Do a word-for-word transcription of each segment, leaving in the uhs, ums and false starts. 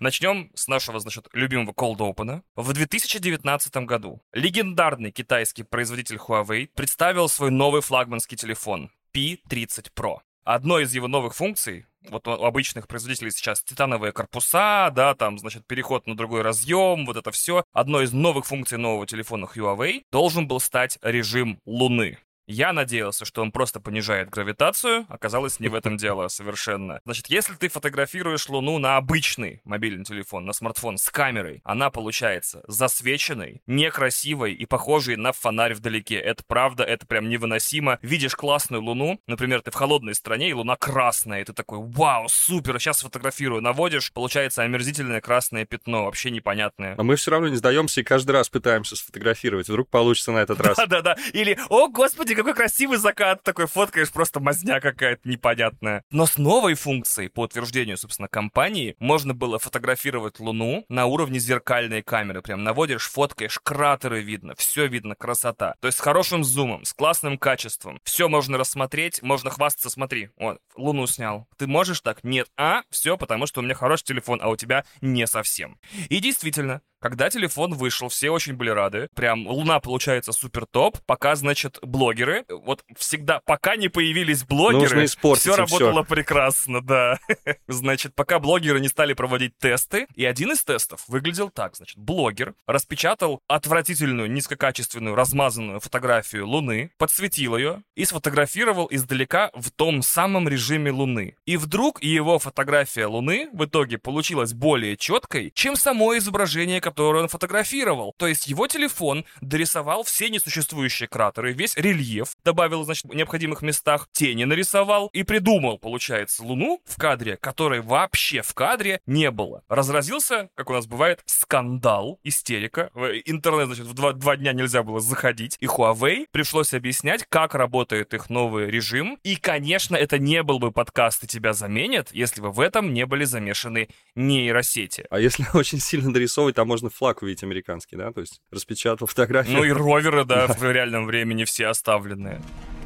Начнем с нашего, значит, любимого Cold Open. В две тысячи девятнадцатом году легендарный китайский производитель Huawei представил свой новый флагманский телефон пи тридцать про. Одной из его новых функций, вот у обычных производителей сейчас титановые корпуса, да, там, значит, переход на другой разъем, вот это все. Одной из новых функций нового телефона Huawei должен был стать режим Луны. Я надеялся, что он просто понижает гравитацию, оказалось, не в этом дело совершенно. Значит, если ты фотографируешь Луну на обычный мобильный телефон, на смартфон с камерой, она получается засвеченной, некрасивой и похожей на фонарь вдалеке. Это правда, это прям невыносимо. Видишь классную Луну, например, ты в холодной стране, и Луна красная, и ты такой: вау, супер, сейчас сфотографирую. Наводишь, получается омерзительное красное пятно, вообще непонятное. А мы все равно не сдаемся и каждый раз пытаемся сфотографировать. Вдруг получится на этот раз. Да-да-да. Или: о, господи, какой красивый закат, такой фоткаешь, просто мазня какая-то непонятная. Но с новой функцией, по утверждению, собственно, компании, можно было фотографировать Луну на уровне зеркальной камеры. Прям наводишь, фоткаешь, кратеры видно, все видно, красота. То есть с хорошим зумом, с классным качеством. Все можно рассмотреть, можно хвастаться, смотри, вот, Луну снял. Ты можешь так? Нет. А, все, потому что у меня хороший телефон, а у тебя не совсем. И действительно, когда телефон вышел, все очень были рады. Прям Луна получается супер топ. Пока, значит, блогеры, вот всегда, пока не появились блогеры, все работало всё. прекрасно, да. Значит, пока блогеры не стали проводить тесты, и один из тестов выглядел так. Значит, блогер распечатал отвратительную, низкокачественную, размазанную фотографию Луны, подсветил ее и сфотографировал издалека в том самом режиме Луны. И вдруг его фотография Луны в итоге получилась более четкой, чем само изображение, которое которую он фотографировал. То есть его телефон дорисовал все несуществующие кратеры, весь рельеф, добавил, значит, в необходимых местах, тени нарисовал и придумал, получается, Луну в кадре, которой вообще в кадре не было. Разразился, как у нас бывает, скандал, истерика. В интернет, значит, в два, два дня нельзя было заходить. И Huawei пришлось объяснять, как работает их новый режим. И, конечно, это не был бы подкаст «И тебя заменят», если бы в этом не были замешаны нейросети. А если очень сильно дорисовывать, там можно флаг увидеть американский, да? То есть распечатал фотографию. Ну и роверы, да, в реальном времени все оставленные.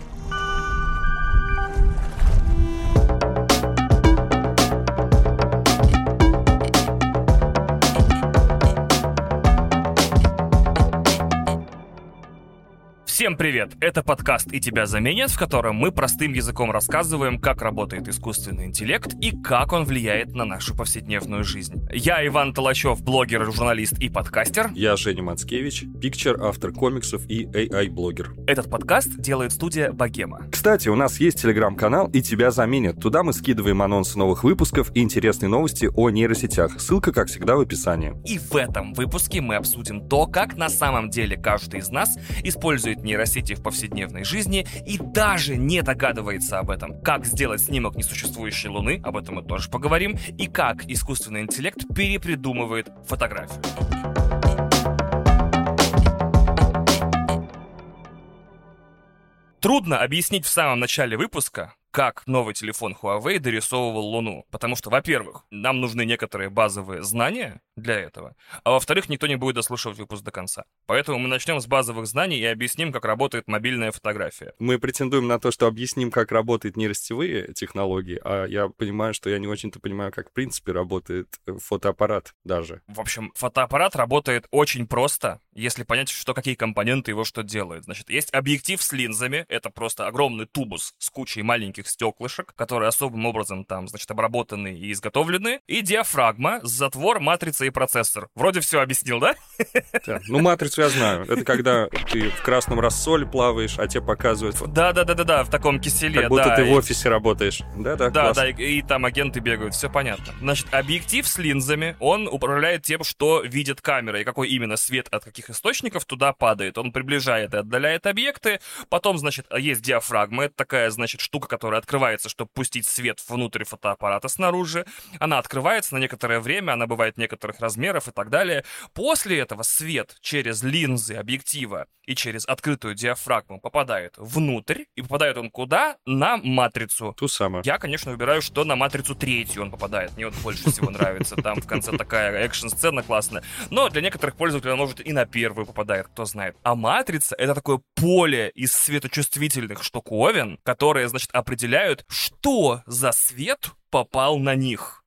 Всем привет! Это подкаст «И тебя заменят», в котором мы простым языком рассказываем, как работает искусственный интеллект и как он влияет на нашу повседневную жизнь. Я Иван Толачев, блогер, журналист и подкастер. Я Женя Мацкевич, пикчер, автор комиксов и эй ай-блогер. Этот подкаст делает студия Богема. Кстати, у нас есть телеграм-канал «И тебя заменят». Туда мы скидываем анонсы новых выпусков и интересные новости о нейросетях. Ссылка, как всегда, в описании. И в этом выпуске мы обсудим то, как на самом деле каждый из нас использует нейросети в повседневной жизни и даже не догадывается об этом. Как сделать снимок несуществующей Луны, об этом мы тоже поговорим, и как искусственный интеллект перепридумывает фотографию. Трудно объяснить в самом начале выпуска, как новый телефон Huawei дорисовывал Луну. Потому что, во-первых, нам нужны некоторые базовые знания для этого, а во-вторых, никто не будет дослушивать выпуск до конца. Поэтому мы начнем с базовых знаний и объясним, как работает мобильная фотография. Мы претендуем на то, что объясним, как работают нейросетевые технологии, а я понимаю, что я не очень-то понимаю, как в принципе работает фотоаппарат даже. В общем, фотоаппарат работает очень просто, если понять, что какие компоненты его что делают. Значит, есть объектив с линзами, это просто огромный тубус с кучей маленьких стеклышек, которые особым образом там, значит, обработаны и изготовлены, и диафрагма, затвор, матрица и процессор. Вроде все объяснил, да? Да. Ну, матрицу я знаю. Это когда ты в красном рассоле плаваешь, а тебе показывают... Да-да-да-да-да, в таком киселе, как будто да, ты и... в офисе работаешь. Да-да, Да, классно. да, и, и там агенты бегают, все понятно. Значит, объектив с линзами, он управляет тем, что видит камера, и какой именно свет от каких источников туда падает. Он приближает и отдаляет объекты. Потом, значит, есть диафрагма, это такая, значит, штука, которая открывается, чтобы пустить свет внутрь фотоаппарата снаружи. Она открывается на некоторое время, она бывает некоторых размеров и так далее. После этого свет через линзы объектива и через открытую диафрагму попадает внутрь. И попадает он куда? На матрицу. Ту самую. Я, конечно, выбираю, что на матрицу третью он попадает. Мне вот больше всего нравится. Там в конце такая экшн-сцена классная. Но для некоторых пользователей он может и на первую попадает, кто знает. А матрица — это такое поле из светочувствительных штуковин, которые, значит, определяют, что за свет попал на них.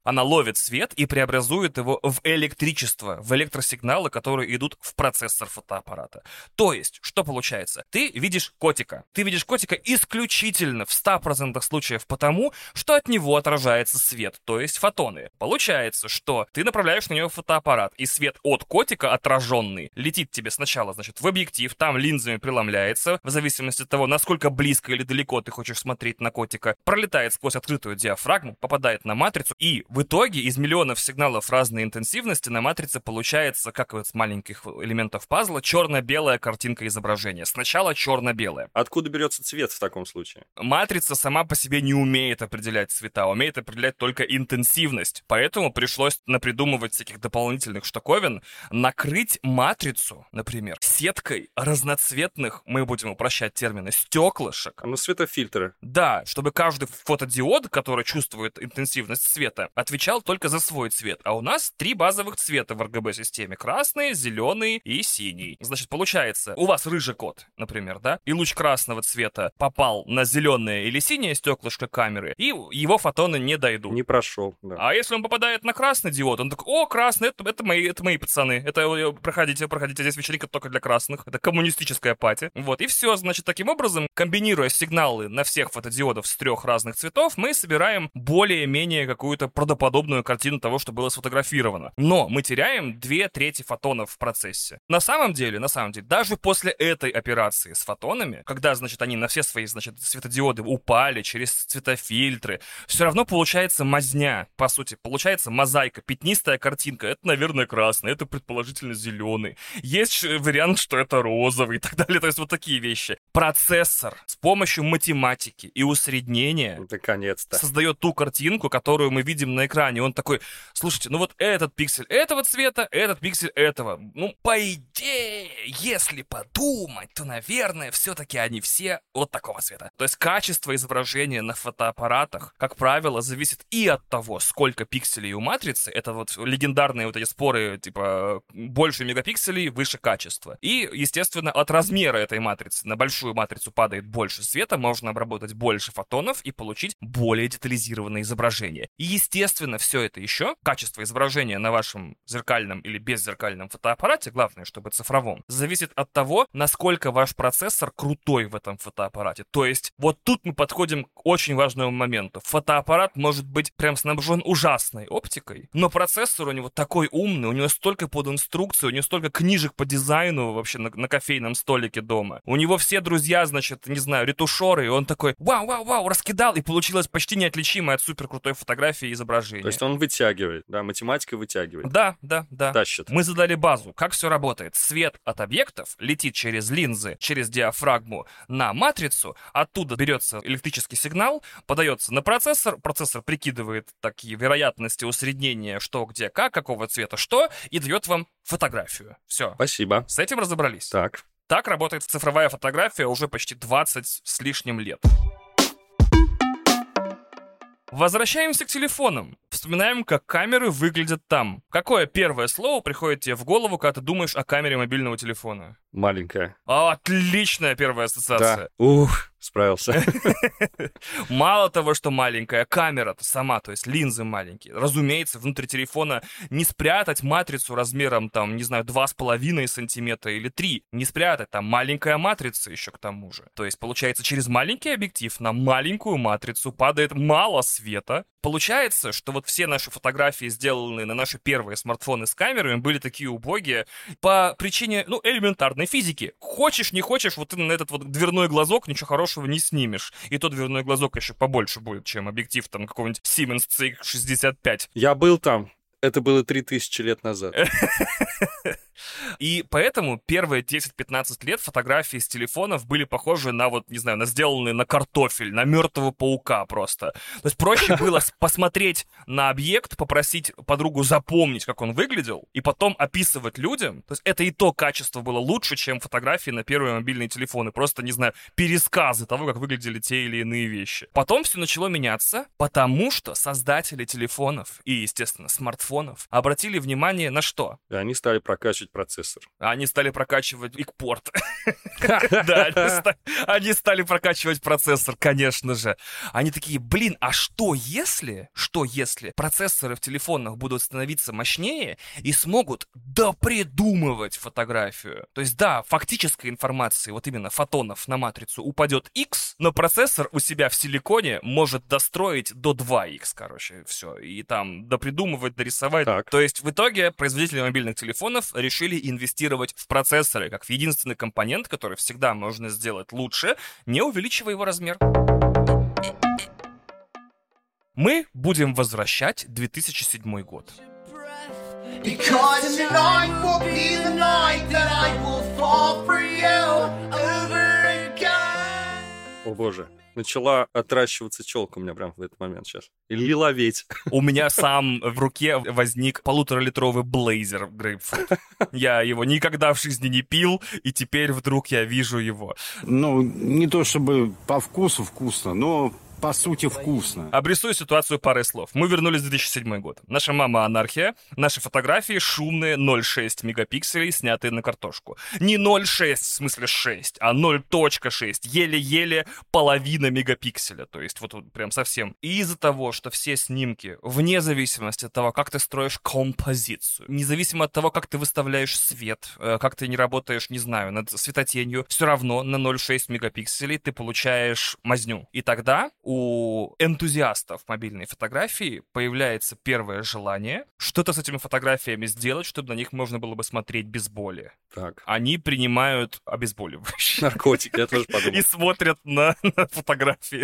Она ловит свет и преобразует его в электричество, в электросигналы, которые идут в процессор фотоаппарата. То есть, что получается? Ты видишь котика. Ты видишь котика исключительно в ста процентах случаев потому, что от него отражается свет, то есть фотоны. Получается, что ты направляешь на него фотоаппарат, и свет от котика отраженный летит тебе сначала, значит, в объектив, там линзами преломляется, в зависимости от того, насколько близко или далеко ты хочешь смотреть на котика, пролетает сквозь открытую диафрагму, попадает на матрицу, и в итоге из миллионов сигналов разной интенсивности на матрице получается, как вот с маленьких элементов пазла, черно-белая картинка изображения. Сначала черно-белая. Откуда берется цвет в таком случае? Матрица сама по себе не умеет определять цвета, умеет определять только интенсивность. Поэтому пришлось напридумывать всяких дополнительных штуковин, накрыть матрицу, например, сеткой разноцветных, мы будем упрощать термины, стеклышек. Ну, светофильтры. Да, чтобы каждый фотодиод, который чувствует интенсивность света, отвечал только за свой цвет. А у нас три базовых цвета в эр гэ бэ-системе. Красный, зеленый и синий. Значит, получается, у вас рыжий кот, например, да, и луч красного цвета попал на зеленое или синее стеклышко камеры, и его фотоны не дойдут. Не прошел, да. А если он попадает на красный диод, он такой: о, красный, это, это, мои, это мои пацаны. Это э, проходите, проходите, здесь вечеринка только для красных. Это коммунистическая пати. Вот, и все. Значит, таким образом, комбинируя сигналы на всех фотодиодов с трех разных цветов, мы собираем более-менее какую-то правдоподобную картину того, что было сфотографировано. Но мы теряем две трети фотонов в процессе. На самом деле, на самом деле, даже после этой операции с фотонами, когда, значит, они на все свои, значит, светодиоды упали через цветофильтры, все равно получается мазня, по сути, получается мозаика, пятнистая картинка. Это, наверное, красный, это, предположительно, зеленый. Есть вариант, что это розовый и так далее. То есть вот такие вещи. Процессор с помощью математики и усреднения наконец-то создает ту картинку, которую мы видим на экране. Он такой: слушайте, ну вот этот пиксель этого цвета, этот пиксель этого. Ну, по идее, если подумать, то, наверное, все-таки они все вот такого цвета. То есть качество изображения на фотоаппаратах, как правило, зависит и от того, сколько пикселей у матрицы. Это вот легендарные вот эти споры, типа, больше мегапикселей, выше качество. И, естественно, от размера этой матрицы. На большую матрицу падает больше света, можно обработать больше фотонов и получить более детализированное изображение. И, естественно, все это еще, качество изображения на вашем зеркальном или беззеркальном фотоаппарате, главное, чтобы цифровом, зависит от того, насколько ваш процессор крутой в этом фотоаппарате. То есть, вот тут мы подходим к очень важному моменту. Фотоаппарат может быть прям снабжен ужасной оптикой, но процессор у него такой умный, у него столько под инструкцию, у него столько книжек по дизайну вообще на, на кофейном столике дома. У него все друзья, значит, не знаю, ретушеры, и он такой: вау-вау-вау, раскидал, и получилось почти неотличимое от суперкрутой фотографии изображение. То есть он вытягивает, да, математика вытягивает. Да, да, да. Тащит. Мы задали базу, как все работает. Свет от объектов летит через линзы, через диафрагму на матрицу, оттуда берется электрический сигнал, подается на процессор, процессор прикидывает такие вероятности усреднения, что, где, как, какого цвета, что, и дает вам фотографию. Все. Спасибо. С этим разобрались. Так. Так работает цифровая фотография уже почти двадцать с лишним лет. Возвращаемся к телефонам. Вспоминаем, как камеры выглядят там. Какое первое слово приходит тебе в голову, когда ты думаешь о камере мобильного телефона? Маленькая. А, отличная первая ассоциация. Да. Ух, справился. Мало того, что маленькая, камера-то сама, то есть линзы маленькие. Разумеется, внутри телефона не спрятать матрицу размером, там, не знаю, два с половиной сантиметра или три. Не спрятать, там маленькая матрица еще к тому же. То есть, получается, через маленький объектив на маленькую матрицу падает мало света. Получается, что вот все наши фотографии, сделанные на наши первые смартфоны с камерами, были такие убогие по причине, ну, элементарной физики. Хочешь, не хочешь, вот ты на этот вот дверной глазок ничего хорошего не снимешь. И тот дверной глазок еще побольше будет, чем объектив там какого-нибудь Siemens си икс шестьдесят пять. Я был там. Это было три тысячи лет назад. И поэтому первые десять-пятнадцать лет фотографии с телефонов были похожи на вот, не знаю, на сделанные на картофель, на мертвого паука просто. То есть проще было посмотреть на объект, попросить подругу запомнить, как он выглядел, и потом описывать людям. То есть это и то качество было лучше, чем фотографии на первые мобильные телефоны. Просто, не знаю, пересказы того, как выглядели те или иные вещи. Потом все начало меняться, потому что создатели телефонов и, естественно, смартфонов обратили внимание на что? И они стали прокачивать процессор. процессор. Они стали прокачивать икпорт. Да, они стали прокачивать процессор, конечно же. Они такие, блин, а что если, что если процессоры в телефонах будут становиться мощнее и смогут допридумывать фотографию? То есть, да, фактической информации, вот именно фотонов на матрицу упадет X, но процессор у себя в силиконе может достроить до два икс, короче, все. И там допридумывать, дорисовать. Так. То есть, в итоге производители мобильных телефонов решили инвестировать в процессоры как в единственный компонент, который всегда можно сделать лучше, не увеличивая его размер. Мы будем возвращать две тысячи седьмой год. О боже. Начала отращиваться челка у меня прям в этот момент сейчас. Или лиловеть. У меня сам в руке возник полуторалитровый блейзер грейпфрут. Я его никогда в жизни не пил, и теперь вдруг я вижу его. Ну, не то чтобы по вкусу вкусно, но по сути вкусно. Обрисую ситуацию парой слов. Мы вернулись в две тысячи седьмой год. Наша мама анархия. Наши фотографии шумные, ноль целых шесть десятых мегапикселей, снятые на картошку. Не ноль целых шесть, в смысле шесть, а ноль целых шесть. Еле-еле половина мегапикселя. То есть вот, вот прям совсем. И из-за того, что все снимки, вне зависимости от того, как ты строишь композицию, независимо от того, как ты выставляешь свет, как ты не работаешь, не знаю, над светотенью, все равно на ноль целых шесть мегапикселей ты получаешь мазню. И тогда у энтузиастов мобильной фотографии появляется первое желание что-то с этими фотографиями сделать, чтобы на них можно было бы смотреть без боли. Так. Они принимают обезболивающие. Наркотики, я тоже подумал. И смотрят на, на фотографии.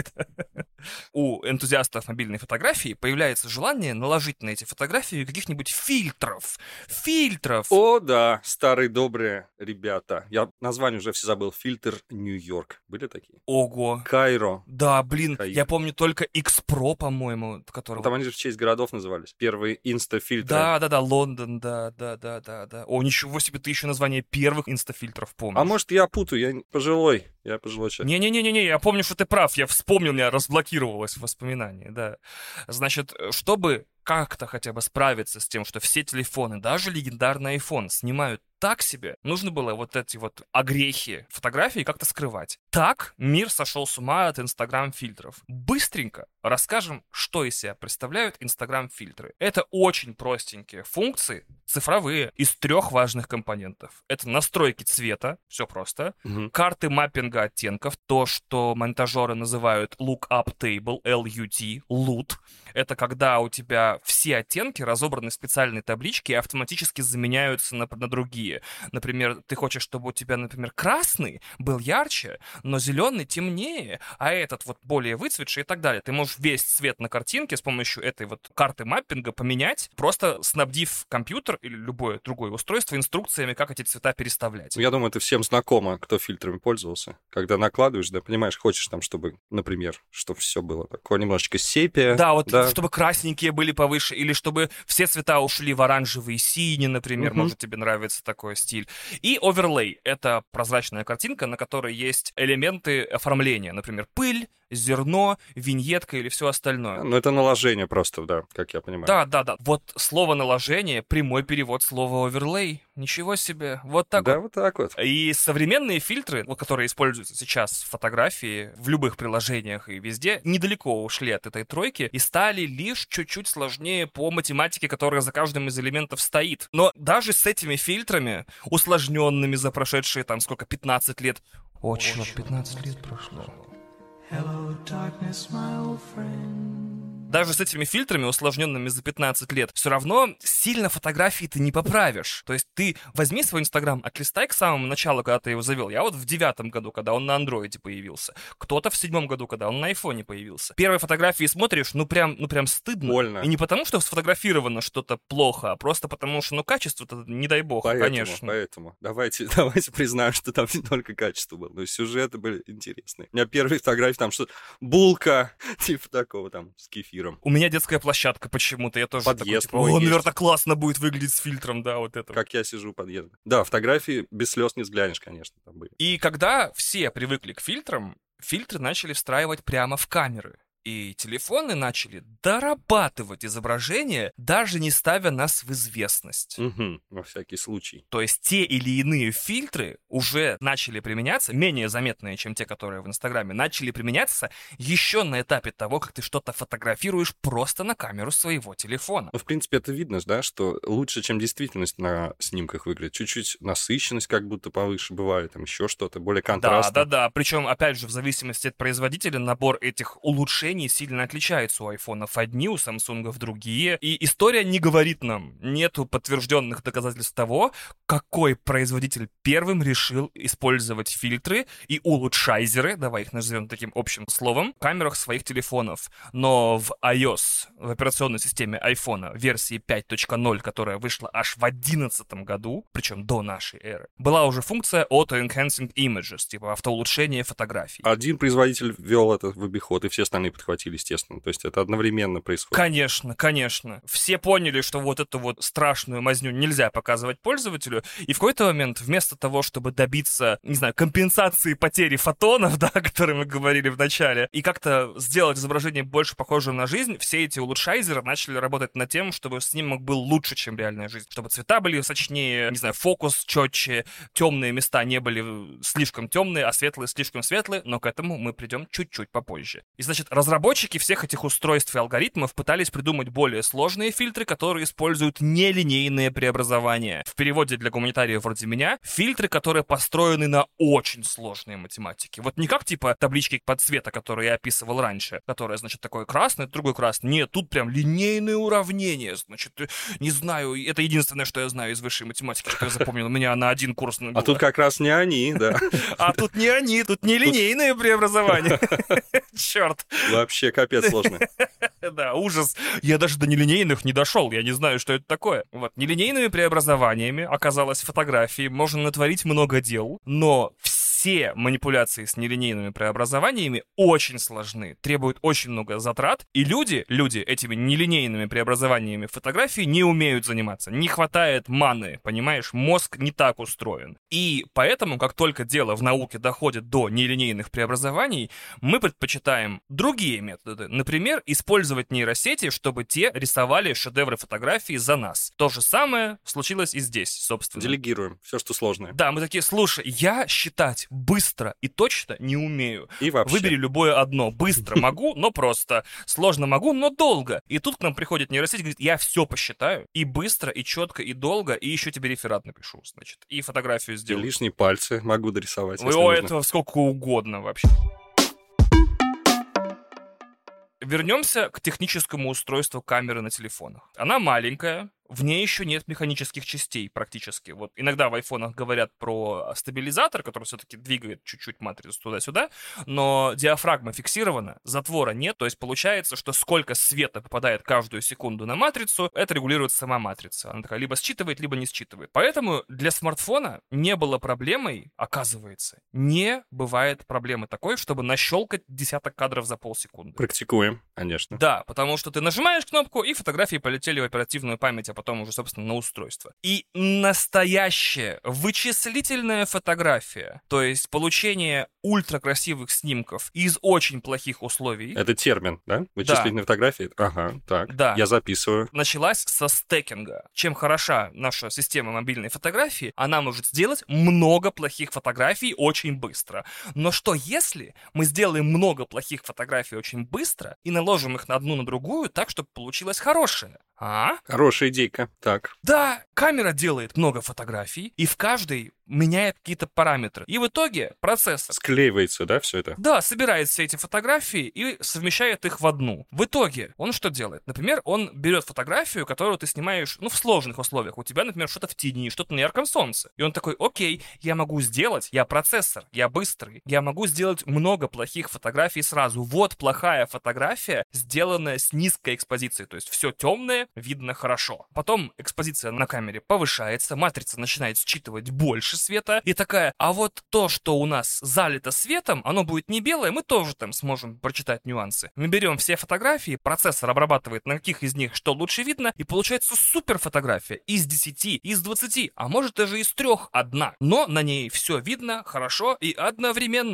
У энтузиастов мобильной фотографии появляется желание наложить на эти фотографии каких-нибудь фильтров. Фильтров! О, да, старые добрые ребята. Я название уже все забыл. Фильтр Нью-Йорк. Были такие? Ого. Кайро. Да, блин, Каир. я помню только X-Pro, по-моему, которого... Там они же в честь городов назывались. Первые инстафильтры. Да, да, да, Лондон, да, да, да, да, да. О, ничего себе, ты еще название первых инстафильтров помнишь. А может, я путаю, я пожилой. Я пожилой человек. Не-не-не-не, я помню, что ты прав, я вспомнил, у меня разблокировалось воспоминание, да. Значит, чтобы как-то хотя бы справиться с тем, что все телефоны, даже легендарный iPhone, снимают так себе, нужно было вот эти вот огрехи фотографии как-то скрывать. Так мир сошел с ума от Инстаграм-фильтров. Быстренько расскажем, что из себя представляют Инстаграм-фильтры. Это очень простенькие функции, цифровые, из трех важных компонентов. Это настройки цвета, все просто, Угу. карты маппинга оттенков, то, что монтажеры называют Lookup Table, эл ю ти, лут. Это когда у тебя все оттенки разобраны в специальной табличке и автоматически заменяются на, на другие. Например, ты хочешь, чтобы у тебя, например, красный был ярче, но зеленый темнее, а этот вот более выцветший и так далее. Ты можешь весь цвет на картинке с помощью этой вот карты маппинга поменять, просто снабдив компьютер или любое другое устройство инструкциями, как эти цвета переставлять. Я думаю, это всем знакомо, кто фильтрами пользовался. Когда накладываешь, да, понимаешь, хочешь там, чтобы, например, чтобы все было такое немножечко сепия. Да, вот чтобы красненькие были повыше, или чтобы все цвета ушли в оранжевый и синий, например, Мгм. может, тебе нравится такой стиль. И оверлей — это прозрачная картинка, на которой есть элементы оформления, например, пыль, зерно, виньетка или все остальное. Ну, это наложение просто, да, как я понимаю. Да, да, да. Вот слово наложение — прямой перевод слова оверлей. Ничего себе. Вот так Да, вот. вот так вот. И современные фильтры, вот, которые используются сейчас в фотографии, в любых приложениях и везде, недалеко ушли от этой тройки и стали лишь чуть-чуть сложнее по математике, которая за каждым из элементов стоит. Но даже с этими фильтрами, усложненными за прошедшие, там, сколько, пятнадцать лет... О, черт, пятнадцать лет прошло. Hello, darkness, my old friend. Даже с этими фильтрами, усложненными за пятнадцать лет, все равно сильно фотографии ты не поправишь. То есть ты возьми свой Инстаграм, отлистай к самому началу, когда ты его завел. Я вот в девятом году, когда он на андроиде появился. Кто-то в седьмом году, когда он на айфоне появился. Первые фотографии смотришь, ну прям, ну прям стыдно. Больно. И не потому, что сфотографировано что-то плохо, а просто потому, что, ну, качество-то, не дай бог, Поэтому, конечно. поэтому. Давайте, давайте признаем, что там не только качество было, но и сюжеты были интересные. У меня первые фотографии, там что-то булка, типа такого там, с кефиром. У меня детская площадка почему-то, я тоже Подъезд такой, типа, мой о, есть. наверное, классно будет выглядеть с фильтром, да, вот это. Как я сижу у подъезда. Да, фотографии без слез не взглянешь, конечно, там были. И когда все привыкли к фильтрам, фильтры начали встраивать прямо в камеры. И телефоны начали дорабатывать изображение, даже не ставя нас в известность. Угу, во всякий случай. То есть те или иные фильтры уже начали применяться, менее заметные, чем те, которые в Инстаграме, начали применяться еще на этапе того, как ты что-то фотографируешь просто на камеру своего телефона. Ну, в принципе, это видно, да, что лучше, чем действительность на снимках выглядит. Чуть-чуть насыщенность как будто повыше бывает, там еще что-то, более контрастно. Да, да, да. Причем, опять же, в зависимости от производителя, набор этих улучшений сильно отличается у айфонов одни, у самсунгов другие. И история не говорит нам, нету подтвержденных доказательств того, какой производитель первым решил использовать фильтры и улучшайзеры, давай их назовем таким общим словом, в камерах своих телефонов. Но в iOS, в операционной системе айфона, версии пять точка ноль, которая вышла аж в одиннадцатом году, причем до нашей эры, была уже функция Auto-Enhancing Images, типа автоулучшение фотографий. Один производитель ввел это в обиход, и все остальные подхватили, естественно. То есть это одновременно происходит. Конечно, конечно. Все поняли, что вот эту вот страшную мазню нельзя показывать пользователю, и в какой-то момент вместо того, чтобы добиться, не знаю, компенсации потери фотонов, да, о которой мы говорили в начале, и как-то сделать изображение больше похожим на жизнь, все эти улучшайзеры начали работать над тем, чтобы снимок был лучше, чем реальная жизнь. Чтобы цвета были сочнее, не знаю, фокус четче, темные места не были слишком темные, а светлые слишком светлые, но к этому мы придем чуть-чуть попозже. И, значит, разработчики всех этих устройств и алгоритмов пытались придумать более сложные фильтры, которые используют нелинейные преобразования. В переводе для гуманитариев вроде меня, фильтры, которые построены на очень сложной математике. Вот не как типа таблички под цвета, которые я описывал раньше, которая, значит, такой красный, другой красный. Нет, тут прям линейные уравнения. Значит, не знаю, это единственное, что я знаю из высшей математики, что я запомнил. У меня на один курс было. А тут как раз не они, да. А тут не они, тут не линейные преобразования. Черт. Вообще капец сложно. Да, ужас. Я даже до нелинейных не дошел, я не знаю, что это такое. Вот, нелинейными преобразованиями, оказалось, фотографии можно натворить много дел, но все манипуляции с нелинейными преобразованиями очень сложны, требуют очень много затрат, и люди, люди этими нелинейными преобразованиями фотографии не умеют заниматься. Не хватает маны, понимаешь? Мозг не так устроен. И поэтому, как только дело в науке доходит до нелинейных преобразований, мы предпочитаем другие методы. Например, использовать нейросети, чтобы те рисовали шедевры фотографии за нас. То же самое случилось и здесь, собственно. Делегируем все, что сложное. Да, мы такие, слушай, я считать быстро и точно не умею. И вообще. Выбери любое одно. Быстро могу, но просто. Сложно могу, но долго. И тут к нам приходит нейросеть и говорит, я все посчитаю. И быстро, и четко, и долго, и еще тебе реферат напишу, значит. И фотографию И сделаю. лишние пальцы могу дорисовать. Ой, о, этого сколько угодно вообще. Вернемся к техническому устройству камеры на телефонах. Она маленькая, в ней еще нет механических частей практически. Вот иногда в айфонах говорят про стабилизатор, который все-таки двигает чуть-чуть матрицу туда-сюда, но диафрагма фиксирована, затвора нет, то есть получается, что сколько света попадает каждую секунду на матрицу, это регулирует сама матрица. Она такая либо считывает, либо не считывает. Поэтому для смартфона не было проблемой, оказывается, не бывает проблемы такой, чтобы нащелкать десяток кадров за полсекунды. Практикуем, конечно. Да, потому что ты нажимаешь кнопку, и фотографии полетели в оперативную память, а потом уже, собственно, на устройство. И настоящая вычислительная фотография, то есть получение ультракрасивых снимков из очень плохих условий, Это термин, да? Вычислительные фотографии? Ага, так. Да. Я записываю. началась со стекинга. Чем хороша наша система мобильной фотографии, она может сделать много плохих фотографий очень быстро. Но что если мы сделаем много плохих фотографий очень быстро и наложим их на одну на другую так, чтобы получилось хорошее? А? Хорошая идейка. Так. Да, камера делает много фотографий, и в каждой меняет какие-то параметры. И в итоге процессор, Склеивается, да, все это? да, собирает все эти фотографии и совмещает их в одну. В итоге он что делает? Например, он берет фотографию, которую ты снимаешь, ну, в сложных условиях. У тебя, например, что-то в тени, что-то на ярком солнце. И он такой, окей, я могу сделать, я процессор, я быстрый, я могу сделать много плохих фотографий сразу. Вот плохая фотография, сделанная с низкой экспозицией, то есть все темное, видно хорошо. Потом экспозиция на камере повышается, матрица начинает считывать больше света, и такая, а вот то, что у нас залито светом, оно будет не белое, мы тоже там сможем прочитать нюансы. Мы берем все фотографии, процессор обрабатывает, на каких из них что лучше видно, и получается супер фотография. Из десяти, из двадцати, а может даже из трех одна. Но на ней все видно, хорошо и одновременно.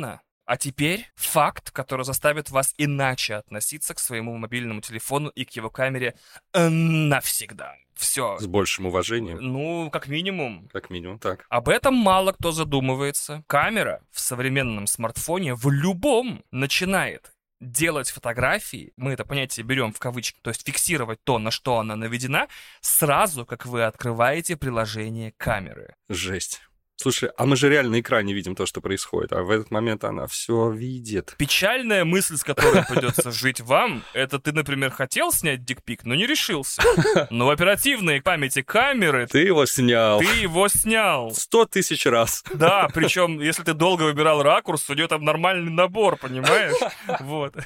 А теперь факт, который заставит вас иначе относиться к своему мобильному телефону и к его камере э, навсегда. Все. С большим уважением. Ну, как минимум. Как минимум, так. Об этом мало кто задумывается. Камера в современном смартфоне в любом начинает делать фотографии, мы это понятие берем в кавычки, то есть фиксировать то, на что она наведена, сразу, как вы открываете приложение камеры. Жесть. Слушай, а мы же реально на экране видим то, что происходит, а в этот момент она все видит. Печальная мысль, с которой придется жить вам, это ты, например, хотел снять дикпик, но не решился. Но в оперативной памяти камеры Ты его снял. ты его снял. Сто тысяч раз. Да, причем, если ты долго выбирал ракурс, у нее там нормальный набор, понимаешь? Вот.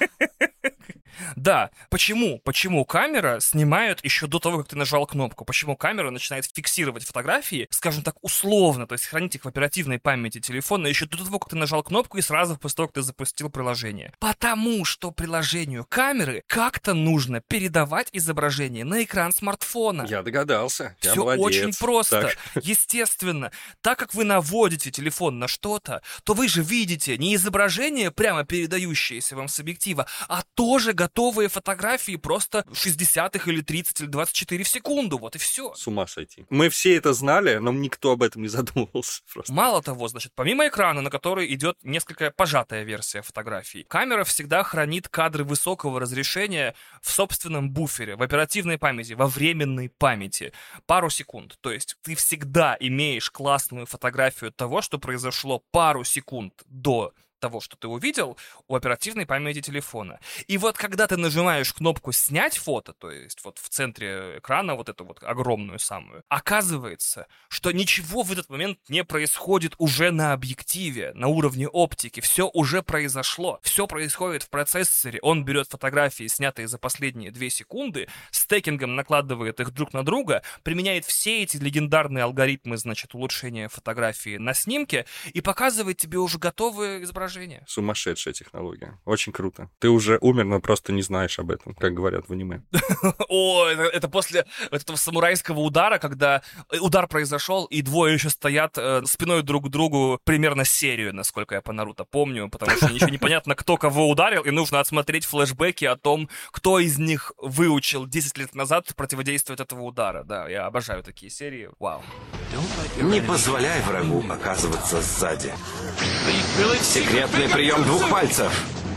Да, почему? Почему камера снимает еще до того, как ты нажал кнопку? Почему камера начинает фиксировать фотографии, скажем так, условно, то есть хранить их в оперативной памяти телефона еще до того, как ты нажал кнопку и сразу после того, как ты запустил приложение? Потому что приложению камеры как-то нужно передавать изображение на экран смартфона. Я догадался. Я Все молодец. очень просто. Так. Естественно, так как вы наводите телефон на что-то, то вы же видите не изображение, прямо передающееся вам с объектива, а тоже готовые фотографии просто шестьдесят или тридцать или двадцать четыре в секунду. Вот и все. С ума сойти. Мы все это знали, но никто об этом не задумывался. Просто. Мало того, значит, помимо экрана, на который идет несколько пожатая версия фотографий, камера всегда хранит кадры высокого разрешения в собственном буфере, в оперативной памяти, во временной памяти. Пару секунд. То есть ты всегда имеешь классную фотографию того, что произошло пару секунд до того, что ты увидел, у оперативной памяти телефона. И вот когда ты нажимаешь кнопку «Снять фото», то есть вот в центре экрана, вот эту вот огромную самую, оказывается, что ничего в этот момент не происходит уже на объективе, на уровне оптики. Все уже произошло. Все происходит в процессоре. Он берет фотографии, снятые за последние две секунды, стекингом накладывает их друг на друга, применяет все эти легендарные алгоритмы, значит, улучшения фотографии на снимке и показывает тебе уже готовые изображения. Сумасшедшая технология. Очень круто. Ты уже умер, но просто не знаешь об этом, как говорят в аниме. О, это, это после этого самурайского удара, когда удар произошел, и двое еще стоят э, спиной друг к другу примерно серию, насколько я по Наруто помню, потому что ничего не понятно, кто кого ударил, и нужно отсмотреть флешбеки о том, кто из них выучил десять лет назад противодействовать этого удара. Да, я обожаю такие серии. Вау. Не позволяй врагу оказываться сзади. Секретный прием двух пальцев.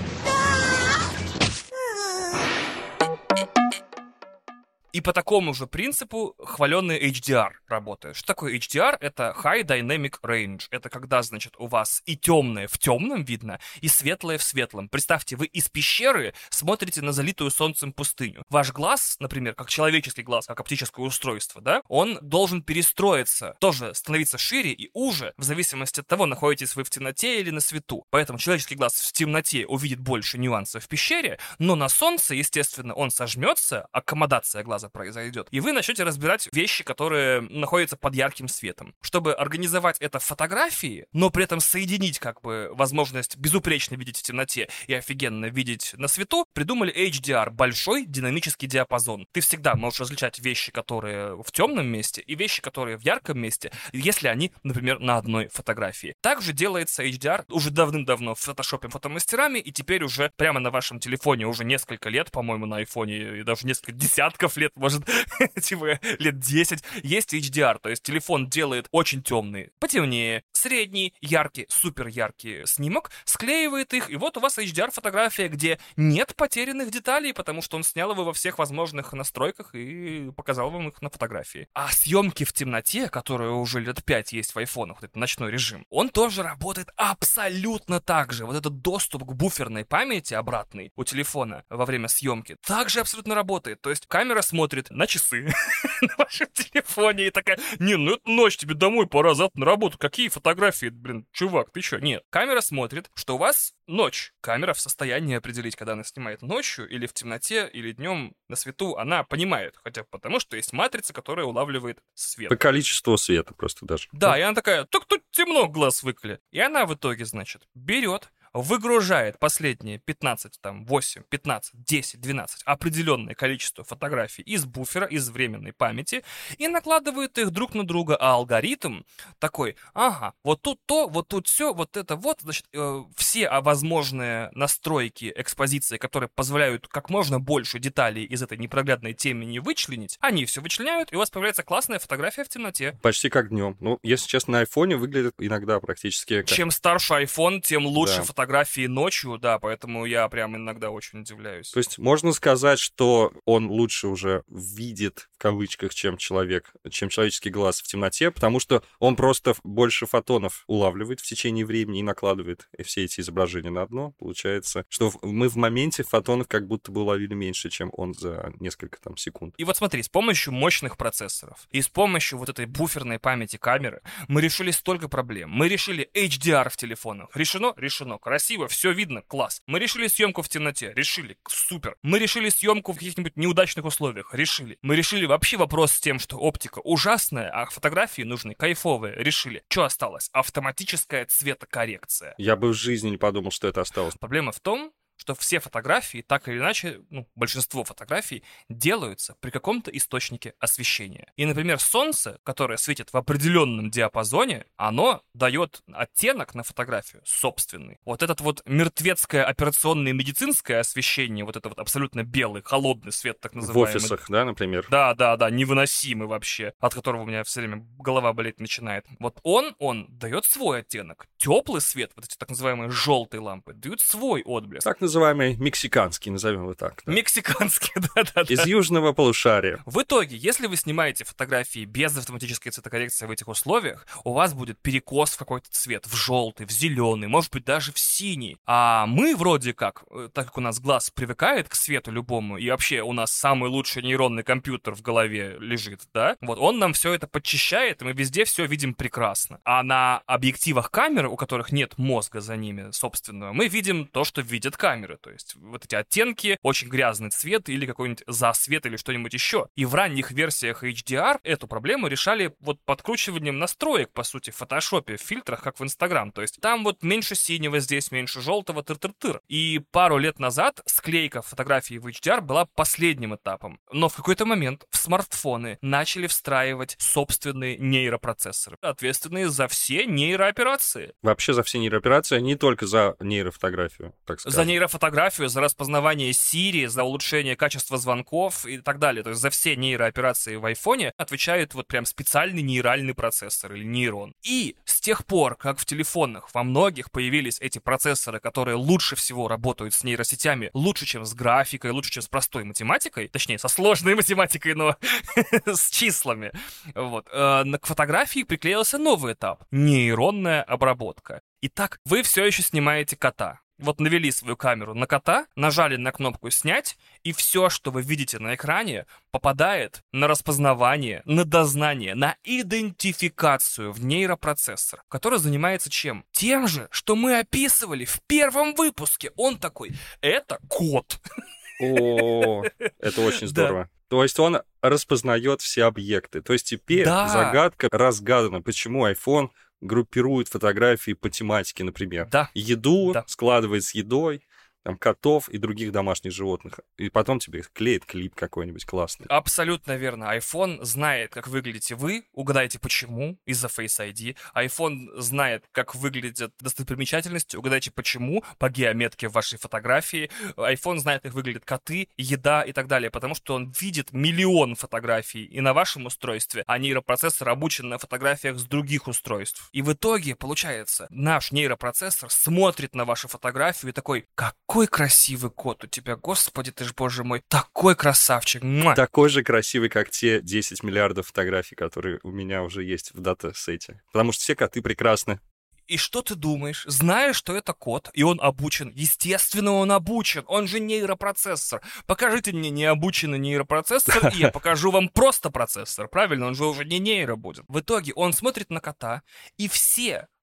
И по такому же принципу хваленный эйч ди ар работает. Что такое эйч ди ар? Это High Dynamic Range. Это когда, значит, у вас и темное в темном видно, и светлое в светлом. Представьте, вы из пещеры смотрите на залитую солнцем пустыню. Ваш глаз, например, как человеческий глаз, как оптическое устройство, да, он должен перестроиться, тоже становиться шире и уже, в зависимости от того, находитесь вы в темноте или на свету. Поэтому человеческий глаз в темноте увидит больше нюансов в пещере, но на солнце, естественно, он сожмется, аккомодация глаза произойдет, и вы начнете разбирать вещи, которые находятся под ярким светом. Чтобы организовать это в фотографии, но при этом соединить как бы возможность безупречно видеть в темноте и офигенно видеть на свету, придумали эйч ди ар — большой динамический диапазон. Ты всегда можешь различать вещи, которые в темном месте, и вещи, которые в ярком месте, если они, например, на одной фотографии. Также делается эйч ди ар уже давным-давно в фотошопе фотомастерами, и теперь уже прямо на вашем телефоне уже несколько лет, по-моему, на айфоне, и даже несколько десятков лет, может, типа лет десять, есть эйч ди ар, то есть телефон делает очень темный, потемнее, средний, яркий, супер яркий снимок, склеивает их, и вот у вас эйч ди ар-фотография, где нет потерянных деталей, потому что он снял его во всех возможных настройках и показал вам их на фотографии. А съемки в темноте, которые уже лет пять есть в айфонах, вот этот ночной режим, он тоже работает абсолютно так же. Вот этот доступ к буферной памяти обратный у телефона во время съемки также абсолютно работает. То есть камера смотрит на часы на вашем телефоне и такая: не, ну это ночь, тебе домой пора, завтра на работу. Какие фотографии, блин, чувак, ты чё? Нет. Камера смотрит, что у вас ночь. Камера в состоянии определить, когда она снимает ночью или в темноте, или днем на свету. Она понимает, хотя потому что есть матрица, которая улавливает свет. По количеству света просто даже. Да, и она такая: так тут темно, глаз выколи. И она в итоге, значит, берет, выгружает последние пятнадцать, там, восемь, пятнадцать, десять, двенадцать определенное количество фотографий из буфера, из временной памяти и накладывает их друг на друга, а алгоритм такой, ага, вот тут то, вот тут все, вот это вот, значит, э, все возможные настройки экспозиции, которые позволяют как можно больше деталей из этой непроглядной темени вычленить, они все вычленяют, и у вас появляется классная фотография в темноте. Почти как днем. Ну, если честно, на айфоне выглядит иногда практически... Как... Чем старше iPhone, тем лучше Да. фотографии ночью, да, поэтому я прям иногда очень удивляюсь. То есть можно сказать, что он лучше уже видит, в кавычках, чем человек, чем человеческий глаз в темноте, потому что он просто больше фотонов улавливает в течение времени и накладывает все эти изображения на одно. Получается, что мы в моменте фотонов как будто бы уловили меньше, чем он за несколько там секунд. И вот смотри, с помощью мощных процессоров и с помощью вот этой буферной памяти камеры мы решили столько проблем. Мы решили эйч ди ар в телефонах. Решено? Решено. Красиво, все видно, класс. Мы решили съемку в темноте. Решили. Супер. Мы решили съемку в каких-нибудь неудачных условиях. Решили. Мы решили вообще вопрос с тем, что оптика ужасная, а фотографии нужны кайфовые. Решили. Что осталось? Автоматическая цветокоррекция. Я бы в жизни не подумал, что это осталось. Проблема в том, что все фотографии, так или иначе, ну, большинство фотографий делаются при каком-то источнике освещения. И, например, солнце, которое светит в определенном диапазоне, оно дает оттенок на фотографию собственный. Вот этот вот мертвецкое операционное медицинское освещение, вот это вот абсолютно белый, холодный свет, так В называемый. офисах, да, например? Да, да, да, невыносимый вообще, от которого у меня все время голова болеть начинает. Вот он, он дает свой оттенок. Теплый свет, вот эти так называемые желтые лампы, дают свой отблеск. Так называемый мексиканский, назовем его так. Да. Мексиканский, да-да-да. Из южного полушария. В итоге, если вы снимаете фотографии без автоматической цветокоррекции в этих условиях, у вас будет перекос в какой-то цвет, в желтый, в зеленый, может быть, даже в синий. А мы вроде как, так как у нас глаз привыкает к свету любому, и вообще у нас самый лучший нейронный компьютер в голове лежит, да, вот он нам все это подчищает, и мы везде все видим прекрасно. А на объективах камеры, у которых нет мозга за ними собственного, мы видим то, что видят камеры. То есть вот эти оттенки, очень грязный цвет или какой-нибудь засвет или что-нибудь еще. И в ранних версиях эйч ди ар эту проблему решали вот подкручиванием настроек, по сути, в фотошопе, в фильтрах, как в Инстаграм. То есть там вот меньше синего, здесь меньше желтого, тыр-тыр-тыр. И пару лет назад склейка фотографий в эйч ди ар была последним этапом. Но в какой-то момент в смартфоны начали встраивать собственные нейропроцессоры, ответственные за все нейрооперации. Вообще за все нейрооперации, не только за нейрофотографию, так сказать. За нейрофотографию, за распознавание Siri, за улучшение качества звонков и так далее. То есть за все нейрооперации в айфоне отвечает вот прям специальный нейральный процессор или нейрон. И с тех пор, как в телефонах во многих появились эти процессоры, которые лучше всего работают с нейросетями, лучше, чем с графикой, лучше, чем с простой математикой, точнее, со сложной математикой, но с числами, вот, к фотографии приклеился новый этап — нейронная обработка. Итак, вы все еще снимаете кота. Вот навели свою камеру на кота, нажали на кнопку «Снять», и все, что вы видите на экране, попадает на распознавание, на дознание, на идентификацию в нейропроцессор, который занимается чем? Тем же, что мы описывали в первом выпуске. Он такой: это кот. О, это очень здорово. То есть он распознает все объекты. То есть теперь Да. загадка разгадана, почему iPhone группирует фотографии по тематике, например. Да. Еду Да. складывает с едой, там, котов и других домашних животных. И потом тебе клеит клип какой-нибудь классный. Абсолютно верно. iPhone знает, как выглядите вы. Угадайте, почему? Из-за Face ай ди. iPhone знает, как выглядят достопримечательности. Угадайте, почему? По геометке в вашей фотографии. iPhone знает, как выглядят коты, еда и так далее. Потому что он видит миллион фотографий и на вашем устройстве, а нейропроцессор обучен на фотографиях с других устройств. И в итоге, получается, наш нейропроцессор смотрит на вашу фотографию и такой: какой красивый кот у тебя, господи ты ж, боже мой, такой красавчик. Муа! Такой же красивый, как те десять миллиардов фотографий, которые у меня уже есть в датасете. Потому что все коты прекрасны. И что ты думаешь? Знаешь, что это кот, и он обучен. Естественно, он обучен. Он же нейропроцессор. Покажите мне необученный нейропроцессор, и я покажу вам просто процессор. Правильно? Он же уже не нейро будет. В итоге он смотрит на кота, и все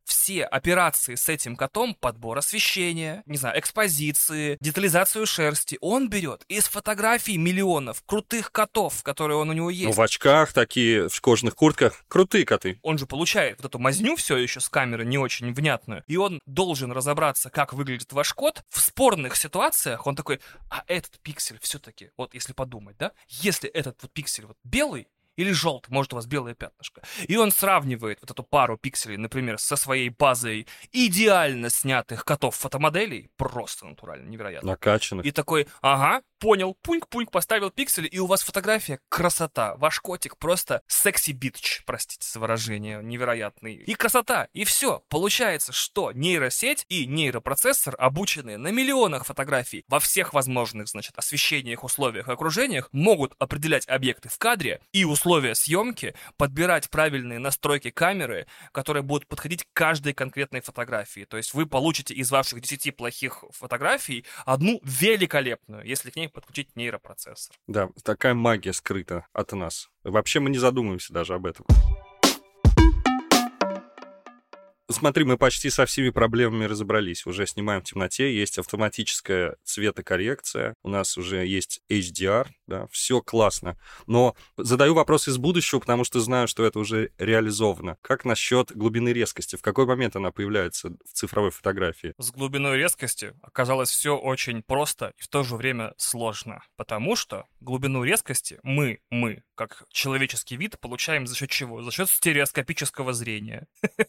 все операции с этим котом, подбор освещения, не знаю, экспозиции, детализацию шерсти, он берет из фотографий миллионов крутых котов, которые он у него есть. Ну, в очках такие, в кожаных куртках. Крутые коты. Он же получает вот эту мазню все еще с камеры не очень внятную, и он должен разобраться, как выглядит ваш кот. В спорных ситуациях он такой, а этот пиксель все-таки, вот если подумать, да, если этот вот пиксель вот белый, или желтый, может, у вас белое пятнышко. И он сравнивает вот эту пару пикселей, например, со своей базой идеально снятых котов-фотомоделей, просто натурально, невероятно. Накачанных. И такой, ага, понял, пуньк-пуньк, поставил пиксели, и у вас фотография красота. Ваш котик просто секси-битч, простите за выражение, невероятный. И красота, и все. Получается, что нейросеть и нейропроцессор, обученные на миллионах фотографий во всех возможных, значит, освещениях, условиях и окружениях, могут определять объекты в кадре и условия съемки, подбирать правильные настройки камеры, которые будут подходить к каждой конкретной фотографии. То есть вы получите из ваших десяти плохих фотографий одну великолепную, если к ней подключить нейропроцессор. Да, такая магия скрыта от нас. Вообще мы не задумываемся даже об этом. Смотри, мы почти со всеми проблемами разобрались. Уже снимаем в темноте, есть автоматическая цветокоррекция, у нас уже есть эйч ди ар, да, все классно. Но задаю вопрос из будущего, потому что знаю, что это уже реализовано. Как насчет глубины резкости? В какой момент она появляется в цифровой фотографии? С глубиной резкости оказалось все очень просто и в то же время сложно, потому что глубину резкости мы, мы, как человеческий вид, получаем за счет чего? За счет стереоскопического зрения.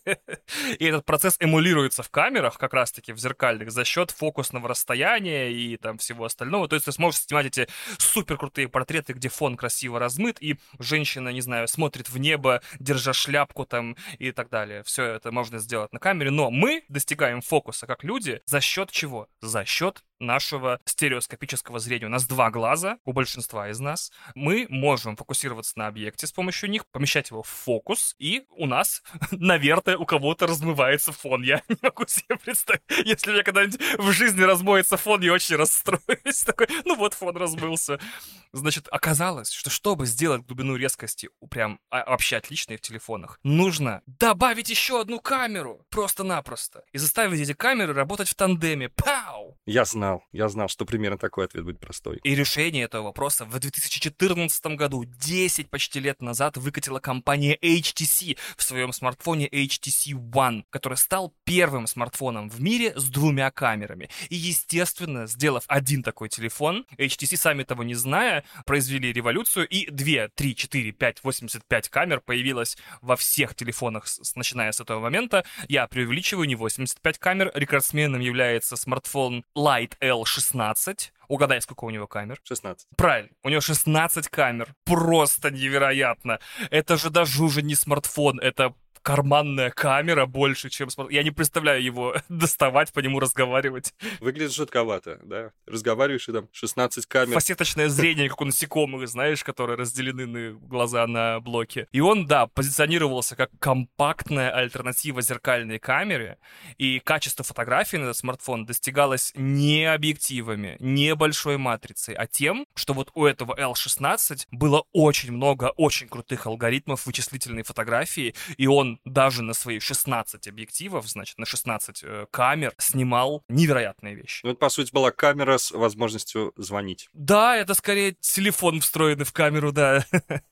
И этот процесс эмулируется в камерах, как раз-таки в зеркальных, за счет фокусного расстояния и там всего остального. То есть ты сможешь снимать эти суперкрутые портреты, где фон красиво размыт, и женщина, не знаю, смотрит в небо, держа шляпку там и так далее. Все это можно сделать на камере, но мы достигаем фокуса как люди за счет чего? За счет нашего стереоскопического зрения. У нас два глаза, у большинства из нас. Мы можем фокусироваться на объекте с помощью них, помещать его в фокус, и у нас, наверное, у кого-то размывается фон. Я не могу себе представить. Если у меня когда-нибудь в жизни размоется фон, я очень расстроюсь. Такой, ну вот фон размылся. Значит, оказалось, что чтобы сделать глубину резкости прям вообще отличной в телефонах, нужно добавить еще одну камеру просто-напросто и заставить эти камеры работать в тандеме. Пау! Я знал, я знал, что примерно такой ответ будет простой. И решение этого вопроса в две тысячи четырнадцатом году, десять почти лет назад, выкатила компания эйч ти си в своем смартфоне эйч ти си One, который стал первым смартфоном в мире с двумя камерами. И, естественно, сделав один такой телефон, эйч ти си, сами того не зная, произвели революцию, и две, три, четыре, пять, восемьдесят пять камер появилось во всех телефонах, с, начиная с этого момента. Я преувеличиваю, не восемьдесят пять камер. Рекордсменом является смартфон Lite эл шестнадцать. Угадай, сколько у него камер? шестнадцать. Правильно, у него шестнадцать камер. Просто невероятно. Это же даже уже не смартфон, это карманная камера больше, чем смартфон. Я не представляю его доставать, по нему разговаривать. Выглядит жутковато, да? Разговариваешь, и там шестнадцать камер. Фасеточное зрение, как у насекомых, знаешь, которые разделены на глаза на блоке. И он, да, позиционировался как компактная альтернатива зеркальной камере, и качество фотографии на этот смартфон достигалось не объективами, не большой матрицей, а тем, что вот у этого эл шестнадцать было очень много очень крутых алгоритмов вычислительной фотографии, и он даже на свои шестнадцать объективов, значит, на шестнадцать э, камер снимал невероятные вещи. Ну, это, по сути, была камера с возможностью звонить. Да, это скорее телефон, встроенный в камеру, да.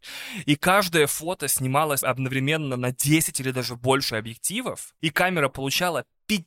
И каждое фото снималось одновременно на десять или даже больше объективов, и камера получала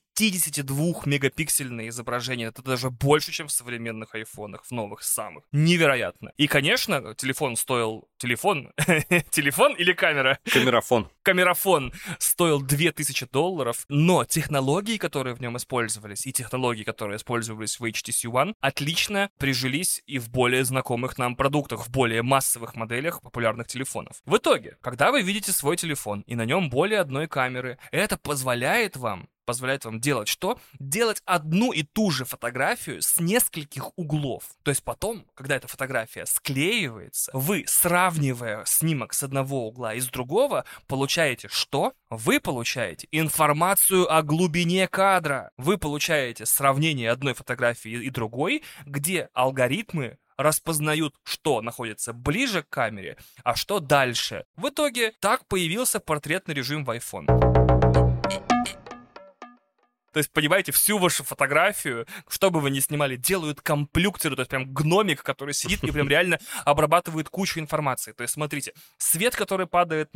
пятидесятидвухмегапиксельное изображение. Это даже больше, чем в современных айфонах, в новых самых. Невероятно. И, конечно, телефон стоил... Телефон? Телефон или камера? Камерафон. Камерафон стоил две тысячи долларов, но технологии, которые в нем использовались, и технологии, которые использовались в эйч ти си One, отлично прижились и в более знакомых нам продуктах, в более массовых моделях популярных телефонов. В итоге, когда вы видите свой телефон, и на нем более одной камеры, это позволяет вам позволяет вам делать что? Делать одну и ту же фотографию с нескольких углов. То есть потом, когда эта фотография склеивается, вы, сравнивая снимок с одного угла и с другого, получаете что? Вы получаете информацию о глубине кадра. Вы получаете сравнение одной фотографии и другой, где алгоритмы распознают, что находится ближе к камере, а что дальше. В итоге так появился портретный режим в iPhone. То есть, понимаете, всю вашу фотографию, что бы вы ни снимали, делают комплюктеры, то есть прям гномик, который сидит и прям реально обрабатывает кучу информации. То есть, смотрите, свет, который падает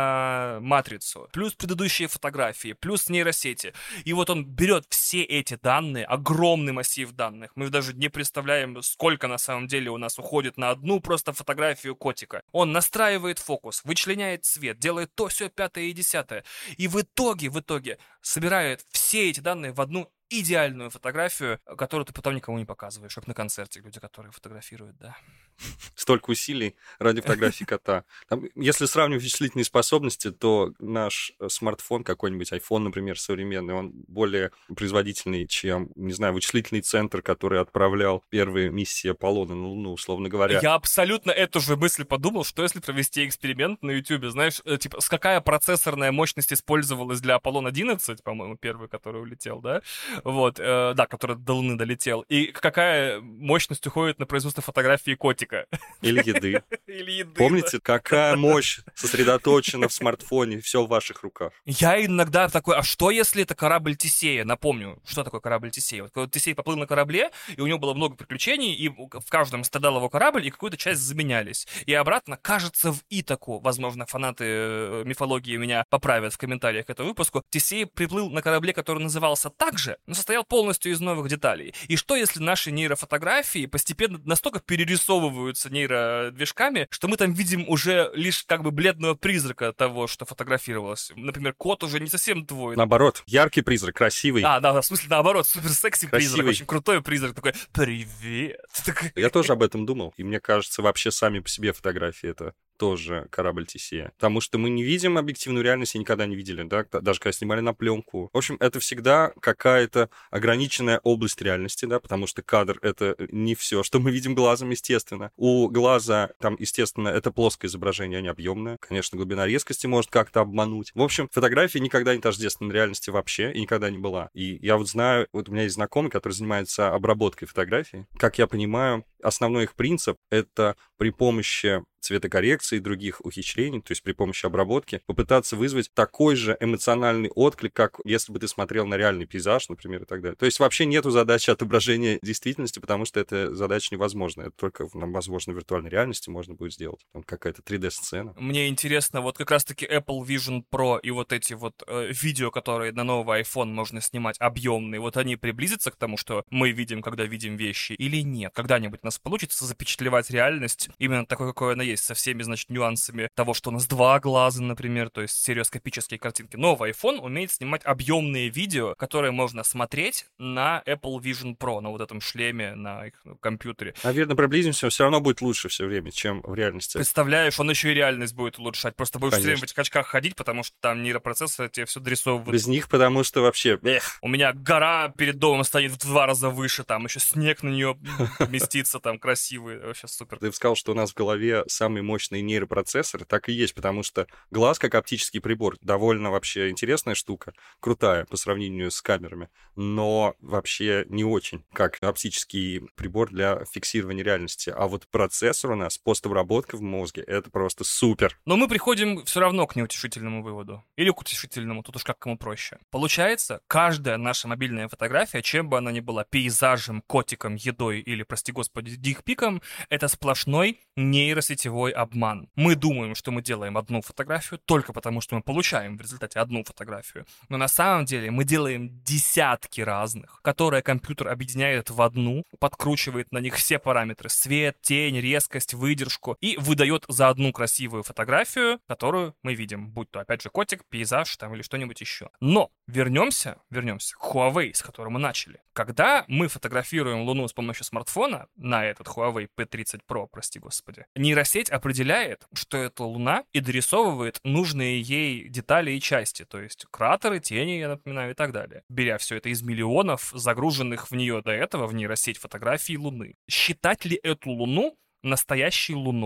на матрицу, плюс предыдущие фотографии, плюс нейросети. И вот он берет все эти данные, огромный массив данных. Мы даже не представляем, сколько на самом деле у нас уходит на одну просто фотографию котика. Он настраивает фокус, вычленяет цвет, делает то, сё, пятое и десятое. И в итоге, в итоге собирает все эти данные в одну идеальную фотографию, которую ты потом никому не показываешь, как на концерте люди, которые фотографируют, да. Столько усилий ради фотографии кота. Там, если сравнивать вычислительные способности, то наш смартфон, какой-нибудь iPhone, например, современный, он более производительный, чем, не знаю, вычислительный центр, который отправлял первые миссии Аполлона на Луну, условно говоря. Я абсолютно эту же мысль подумал, что если провести эксперимент на YouTube, знаешь, типа, с какая процессорная мощность использовалась для Аполлон одиннадцать, по-моему, первый, который улетел, да? Вот, э, да, который до Луны долетел. И какая мощность уходит на производство фотографии котика? Или еды. Или еды. Помните, какая мощь сосредоточена в смартфоне, все в ваших руках. Я иногда такой, а что если это корабль Тесея? Напомню, что такое корабль Тесея? Вот когда Тесей поплыл на корабле, и у него было много приключений, и в каждом страдал его корабль, и какую-то часть заменялись. И обратно, кажется, в Итаку, возможно, фанаты мифологии меня поправят в комментариях к этому выпуску, Тесей приплыл на корабле, который назывался так же, но состоял полностью из новых деталей. И что если наши нейрофотографии постепенно настолько перерисовываются нейродвижками, что мы там видим уже лишь как бы бледного призрака того, что фотографировалось. Например, кот уже не совсем твой. Наоборот, яркий призрак, красивый. А, да, в смысле, наоборот, супер секси Красивый. призрак, очень крутой призрак, такой, привет. Такой... Я тоже об этом думал, и мне кажется, вообще сами по себе фотографии это тоже корабль Тесея. Потому что мы не видим объективную реальность и никогда не видели, да, даже когда снимали на пленку. В общем, это всегда какая-то ограниченная область реальности, да, потому что кадр — это не все, что мы видим глазом, естественно. У глаза, там, естественно, это плоское изображение, а не объемное. Конечно, глубина резкости может как-то обмануть. В общем, фотография никогда не тождественна реальности вообще и никогда не была. И я вот знаю, вот у меня есть знакомый, который занимается обработкой фотографий. Как я понимаю, основной их принцип — это при помощи цветокоррекции и других ухищрений, то есть при помощи обработки, попытаться вызвать такой же эмоциональный отклик, как если бы ты смотрел на реальный пейзаж, например, и так далее. То есть вообще нету задачи отображения действительности, потому что эта задача невозможна. Это только, возможно, в виртуальной реальности можно будет сделать. Там какая-то три дэ-сцена. Мне интересно, вот как раз-таки Apple Vision Pro и вот эти вот э, видео, которые на новый iPhone можно снимать, объемные, вот они приблизятся к тому, что мы видим, когда видим вещи, или нет? Когда-нибудь у нас получится запечатлевать реальность именно такой, какой она есть, со всеми, значит, нюансами того, что у нас два глаза, например, то есть стереоскопические картинки. Новый iPhone умеет снимать объемные видео, которые можно смотреть на Apple Vision Pro, на вот этом шлеме, на их компьютере. Наверное, приблизимся, все равно будет лучше все время, чем в реальности. Представляешь, он еще и реальность будет улучшать. Просто будешь все время в Конечно. этих очках ходить, потому что там нейропроцессоры тебе все дорисовывают. Без них, потому что вообще... Эх. У меня гора перед домом стоит в два раза выше, там еще снег на нее поместится, там красивый, вообще супер. Ты сказал, что у нас в голове самый мощный нейропроцессор, так и есть, потому что глаз, как оптический прибор, довольно вообще интересная штука, крутая по сравнению с камерами, но вообще не очень, как оптический прибор для фиксирования реальности. А вот процессор у нас, постобработка в мозге, это просто супер. Но мы приходим все равно к неутешительному выводу. Или к утешительному, тут уж как кому проще. Получается, каждая наша мобильная фотография, чем бы она ни была, пейзажем, котиком, едой или, прости господи, дикпиком, это сплошной нейросетевой обман. Мы думаем, что мы делаем одну фотографию только потому, что мы получаем в результате одну фотографию. Но на самом деле мы делаем десятки разных, которые компьютер объединяет в одну, подкручивает на них все параметры: свет, тень, резкость, выдержку, и выдает за одну красивую фотографию, которую мы видим, будь то, опять же, котик, пейзаж там или что-нибудь еще. Но вернемся, вернемся к Huawei, с которого мы начали. Когда мы фотографируем Луну с помощью смартфона на этот Huawei пи тридцать Pro, прости господи, нейросеть определяет, что это Луна, и дорисовывает нужные ей детали и части, то есть кратеры, тени, я напоминаю, и так далее. Беря все это из миллионов загруженных в нее до этого, в нейросеть фотографий Луны. Считать ли эту Луну настоящей Луной,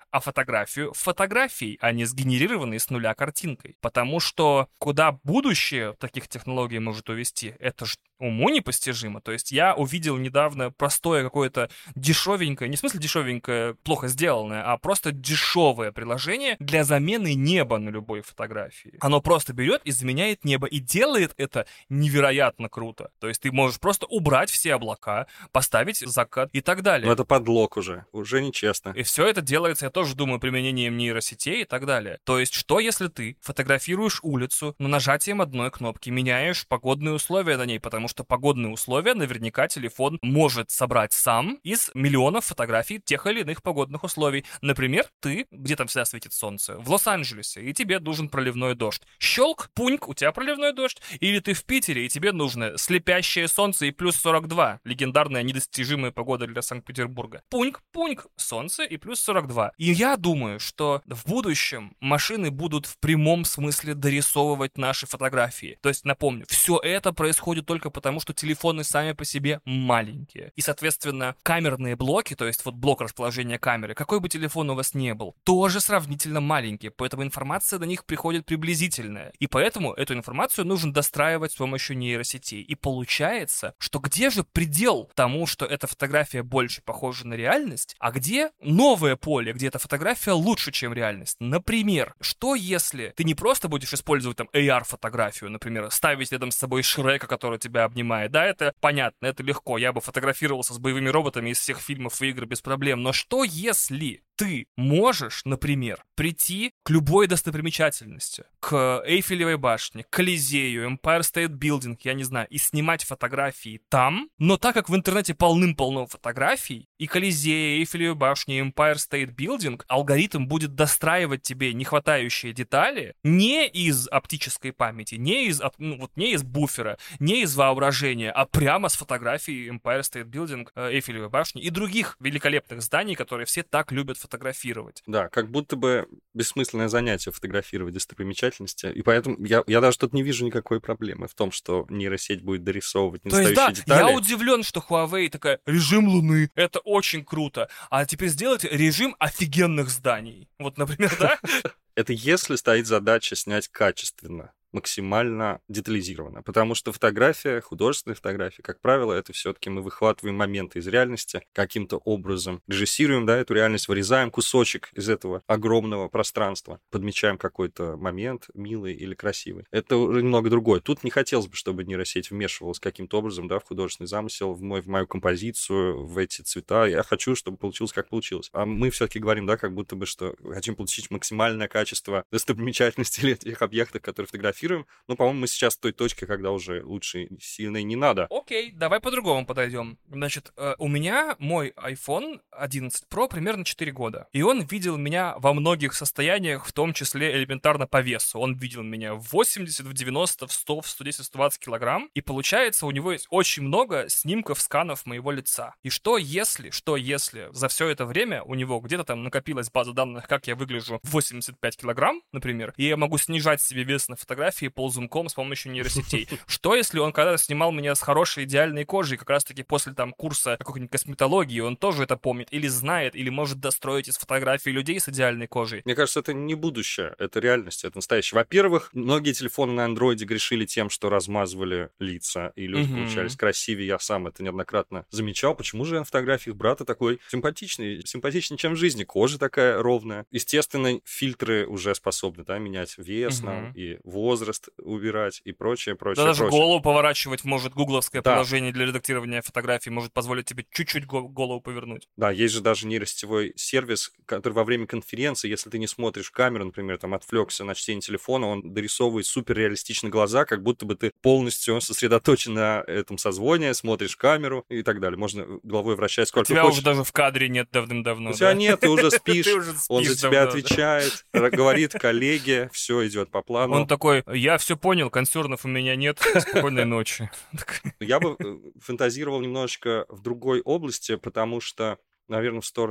а фотографию фотографией, а не сгенерированной с нуля картинкой. Потому что куда будущее таких технологий может увести, это ж уму непостижимо. То есть я увидел недавно простое какое-то дешевенькое, не в смысле дешевенькое, плохо сделанное, а просто дешевое приложение для замены неба на любой фотографии. Оно просто берет и заменяет небо, и делает это невероятно круто. То есть ты можешь просто убрать все облака, поставить закат и так далее. Но это подлог уже, уже нечестно. И все это делается, я тоже думаю, применением нейросетей и так далее. То есть, что если ты фотографируешь улицу, но нажатием одной кнопки меняешь погодные условия на ней, потому что погодные условия наверняка телефон может собрать сам из миллионов фотографий тех или иных погодных условий. Например, ты, где там всегда светит солнце, в Лос-Анджелесе, и тебе нужен проливной дождь. Щелк, пуньк, у тебя проливной дождь. Или ты в Питере, и тебе нужно слепящее солнце и плюс сорок два. Легендарная недостижимая погода для Санкт-Петербурга. Пуньк, пуньк, солнце и плюс сорок два. И я думаю, что в будущем машины будут в прямом смысле дорисовывать наши фотографии. То есть, напомню, все это происходит только потому, что телефоны сами по себе маленькие. И, соответственно, камерные блоки, то есть вот блок расположения камеры, какой бы телефон у вас ни был, тоже сравнительно маленькие, поэтому информация на них приходит приблизительная. И поэтому эту информацию нужно достраивать с помощью нейросетей. И получается, что где же предел тому, что эта фотография больше похожа на реальность, а где новое поле, где эта фотография лучше, чем реальность. Например, что если ты не просто будешь использовать там эй ар-фотографию, например, ставить рядом с собой Шрека, который тебя обнимает. Да, это понятно, это легко. Я бы фотографировался с боевыми роботами из всех фильмов и игр без проблем. Но что если ты можешь, например, прийти к любой достопримечательности, к Эйфелевой башне, к Колизею, Empire State Building, я не знаю, и снимать фотографии там, но так как в интернете полным-полно фотографий, и Колизея, Эйфелевой башни, Empire State Building, алгоритм будет достраивать тебе нехватающие детали не из оптической памяти, не из, ну, вот, не из буфера, не из воображения, а прямо с фотографий Empire State Building, Эйфелевой башни и других великолепных зданий, которые все так любят фотографировать. фотографировать. Да, как будто бы бессмысленное занятие фотографировать достопримечательности, и поэтому я, я даже тут не вижу никакой проблемы в том, что нейросеть будет дорисовывать недостающие То есть, да, детали. Я удивлен, что Huawei такая, режим Луны, это очень круто, а теперь сделайте режим офигенных зданий. Вот, например, да? Это если стоит задача снять качественно, максимально детализированно. Потому что фотография, художественная фотография, как правило, это все-таки мы выхватываем моменты из реальности, каким-то образом режиссируем, да, эту реальность, вырезаем кусочек из этого огромного пространства, подмечаем какой-то момент, милый или красивый. Это уже немного другое. Тут не хотелось бы, чтобы нейросеть вмешивалась каким-то образом, да, в художественный замысел, в, мой, в мою композицию, в эти цвета. Я хочу, чтобы получилось, как получилось. А мы все-таки говорим, да, как будто бы, что хотим получить максимальное качество достопримечательности или этих объектов, которые фотографируем. Ну, по-моему, мы сейчас в той точке, когда уже лучше сильно и не надо. Окей, давай по-другому подойдем. Значит, э, у меня мой iPhone одиннадцать Pro примерно четыре года. И он видел меня во многих состояниях, в том числе элементарно по весу. Он видел меня в восемьдесят, в девяносто, в сто, в сто десять, сто двадцать килограмм. И получается, у него есть очень много снимков, сканов моего лица. И что если, что если за все это время у него где-то там накопилась база данных, как я выгляжу в восемьдесят пять килограмм, например, и я могу снижать себе вес на фотографии ползунком с помощью нейросетей. Что если он когда-то снимал меня с хорошей идеальной кожей, как раз-таки после там курса какой-нибудь косметологии, он тоже это помнит, или знает, или может достроить из фотографий людей с идеальной кожей? Мне кажется, это не будущее, это реальность, это настоящее. Во-первых, многие телефоны на андроиде грешили тем, что размазывали лица, и люди Мгм. получались красивее. Я сам это неоднократно замечал. Почему же на фотографиях брата такой симпатичный, симпатичнее, чем в жизни? Кожа такая ровная. Естественно, фильтры уже способны, да, менять вес Мгм. нам и возраст убирать и прочее, Да прочее, даже прочее. голову поворачивать может гугловское Да. приложение для редактирования фотографий, может позволить тебе чуть-чуть го- голову повернуть. Да, есть же даже нейросетевой сервис, который во время конференции, если ты не смотришь в камеру, например, там отвлекся на чтение телефона, он дорисовывает суперреалистично глаза, как будто бы ты полностью сосредоточен на этом созвоне, смотришь в камеру и так далее. Можно головой вращать сколько Тебя хочешь. уже даже в кадре нет давным-давно. У тебя да? нет, ты уже спишь, Ты уже он за спишь тебя давно, да. отвечает, р- говорит коллеге, все идет по плану. Он такой, я все понял, консернов у меня нет, спокойной ночи. Так. Я бы э, фантазировал немножечко в другой области, потому что, наверное, в сторону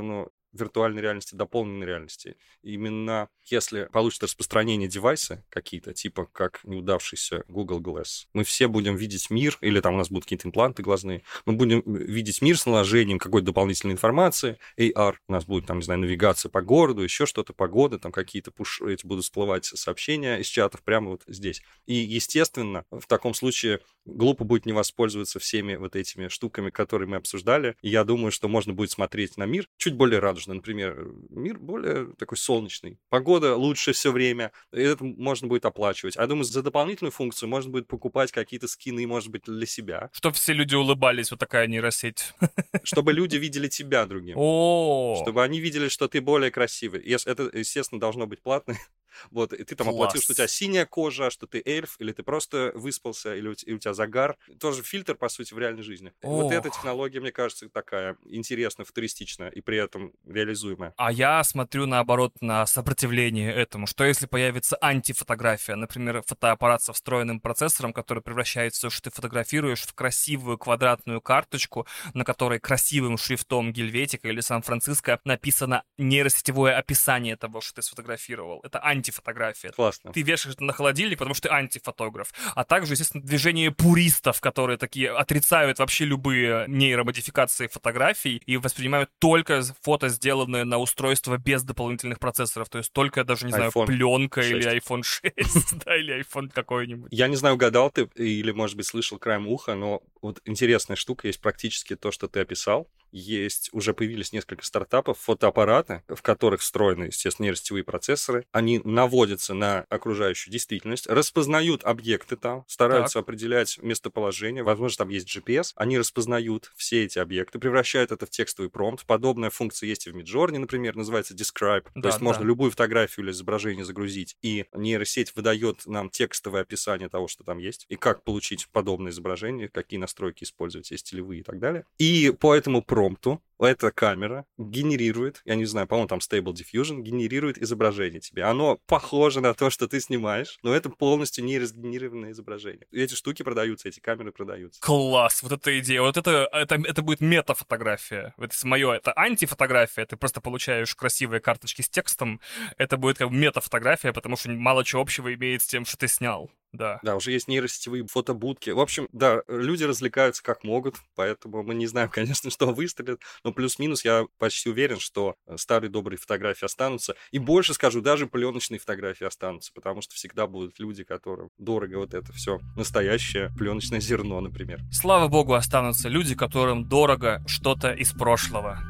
виртуальной реальности, дополненной реальности. Именно если получится распространение девайса какие-то, типа как неудавшийся Google Glass, мы все будем видеть мир, или там у нас будут какие-то импланты глазные, мы будем видеть мир с наложением какой-то дополнительной информации, эй ар, у нас будет, там, не знаю, навигация по городу, еще что-то, погода, там какие-то пуш, эти будут всплывать сообщения из чатов прямо вот здесь. И, естественно, в таком случае глупо будет не воспользоваться всеми вот этими штуками, которые мы обсуждали. И я думаю, что можно будет смотреть на мир чуть более радужно. Например, мир более такой солнечный. Погода лучше все время. И это можно будет оплачивать. А я думаю, за дополнительную функцию можно будет покупать какие-то скины, может быть, для себя. Чтобы все люди улыбались, вот такая нейросеть. Чтобы люди видели тебя другим. О, Чтобы они видели, что ты более красивый. Это, естественно, должно быть платно. Вот, и ты там Класс. оплатил, что у тебя синяя кожа, что ты эльф, или ты просто выспался, или у, и у тебя загар. Тоже фильтр, по сути, в реальной жизни. Ох. Вот эта технология, мне кажется, такая интересная, футуристичная и при этом реализуемая. А я смотрю, наоборот, на сопротивление этому. Что если появится антифотография? Например, фотоаппарат со встроенным процессором, который превращает все, что ты фотографируешь, в красивую квадратную карточку, на которой красивым шрифтом Гельветика или Сан-Франциско написано нейросетевое описание того, что ты сфотографировал. Это антифотография. Классно. Ты вешаешь это на холодильник, потому что ты антифотограф. А также, естественно, движение пуристов, которые такие отрицают вообще любые нейромодификации фотографий и воспринимают только фото, сделанные на устройство без дополнительных процессоров. То есть только, даже, не знаю, iPhone пленка шесть. или айфон шесть, да, или iPhone какой-нибудь. Я не знаю, угадал ты или, может быть, слышал краем уха, но вот интересная штука есть практически то, что ты описал. Есть, уже появились несколько стартапов, фотоаппараты, в которых встроены, естественно, нейросетевые процессоры. Они наводятся на окружающую действительность, распознают объекты там, стараются Так. определять местоположение. Возможно, там есть джи пи эс. Они распознают все эти объекты, превращают это в текстовый промпт. Подобная функция есть и в Midjourney, например, называется Describe. Да, То есть да. можно любую фотографию или изображение загрузить, и нейросеть выдает нам текстовое описание того, что там есть, и как получить подобное изображение, какие настройки использовать, есть телевые и так далее. И по этому промпту эта камера генерирует, я не знаю, по-моему, там Stable Diffusion, генерирует изображение тебе. Оно похоже на то, что ты снимаешь, но это полностью нейросгенерированное изображение. И эти штуки продаются, эти камеры продаются. Класс, вот эта идея. Вот это, это, это будет метафотография. Это мое, это антифотография. Ты просто получаешь красивые карточки с текстом. Это будет как бы метафотография, потому что мало чего общего имеет с тем, что ты снял. Да. Да, уже есть нейросетевые фотобудки. В общем, да, люди развлекаются как могут, поэтому мы не знаем, конечно, что выстрелит, но плюс-минус я почти уверен, что старые добрые фотографии останутся. И больше скажу, даже пленочные фотографии останутся, потому что всегда будут люди, которым дорого вот это все настоящее пленочное зерно, например. Слава богу, останутся люди, которым дорого что-то из прошлого.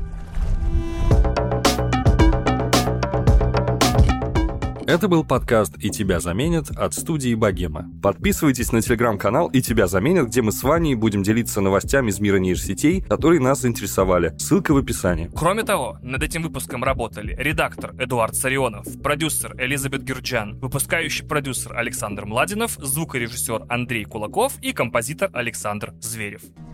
Это был подкаст «И тебя заменят» от студии «Богема». Подписывайтесь на телеграм-канал «И тебя заменят», где мы с Ваней будем делиться новостями из мира нейросетей, которые нас заинтересовали. Ссылка в описании. Кроме того, над этим выпуском работали редактор Эдуард Сарионов, продюсер Элизабет Гюрджан, выпускающий продюсер Александр Младинов, звукорежиссер Андрей Кулаков и композитор Александр Зверев.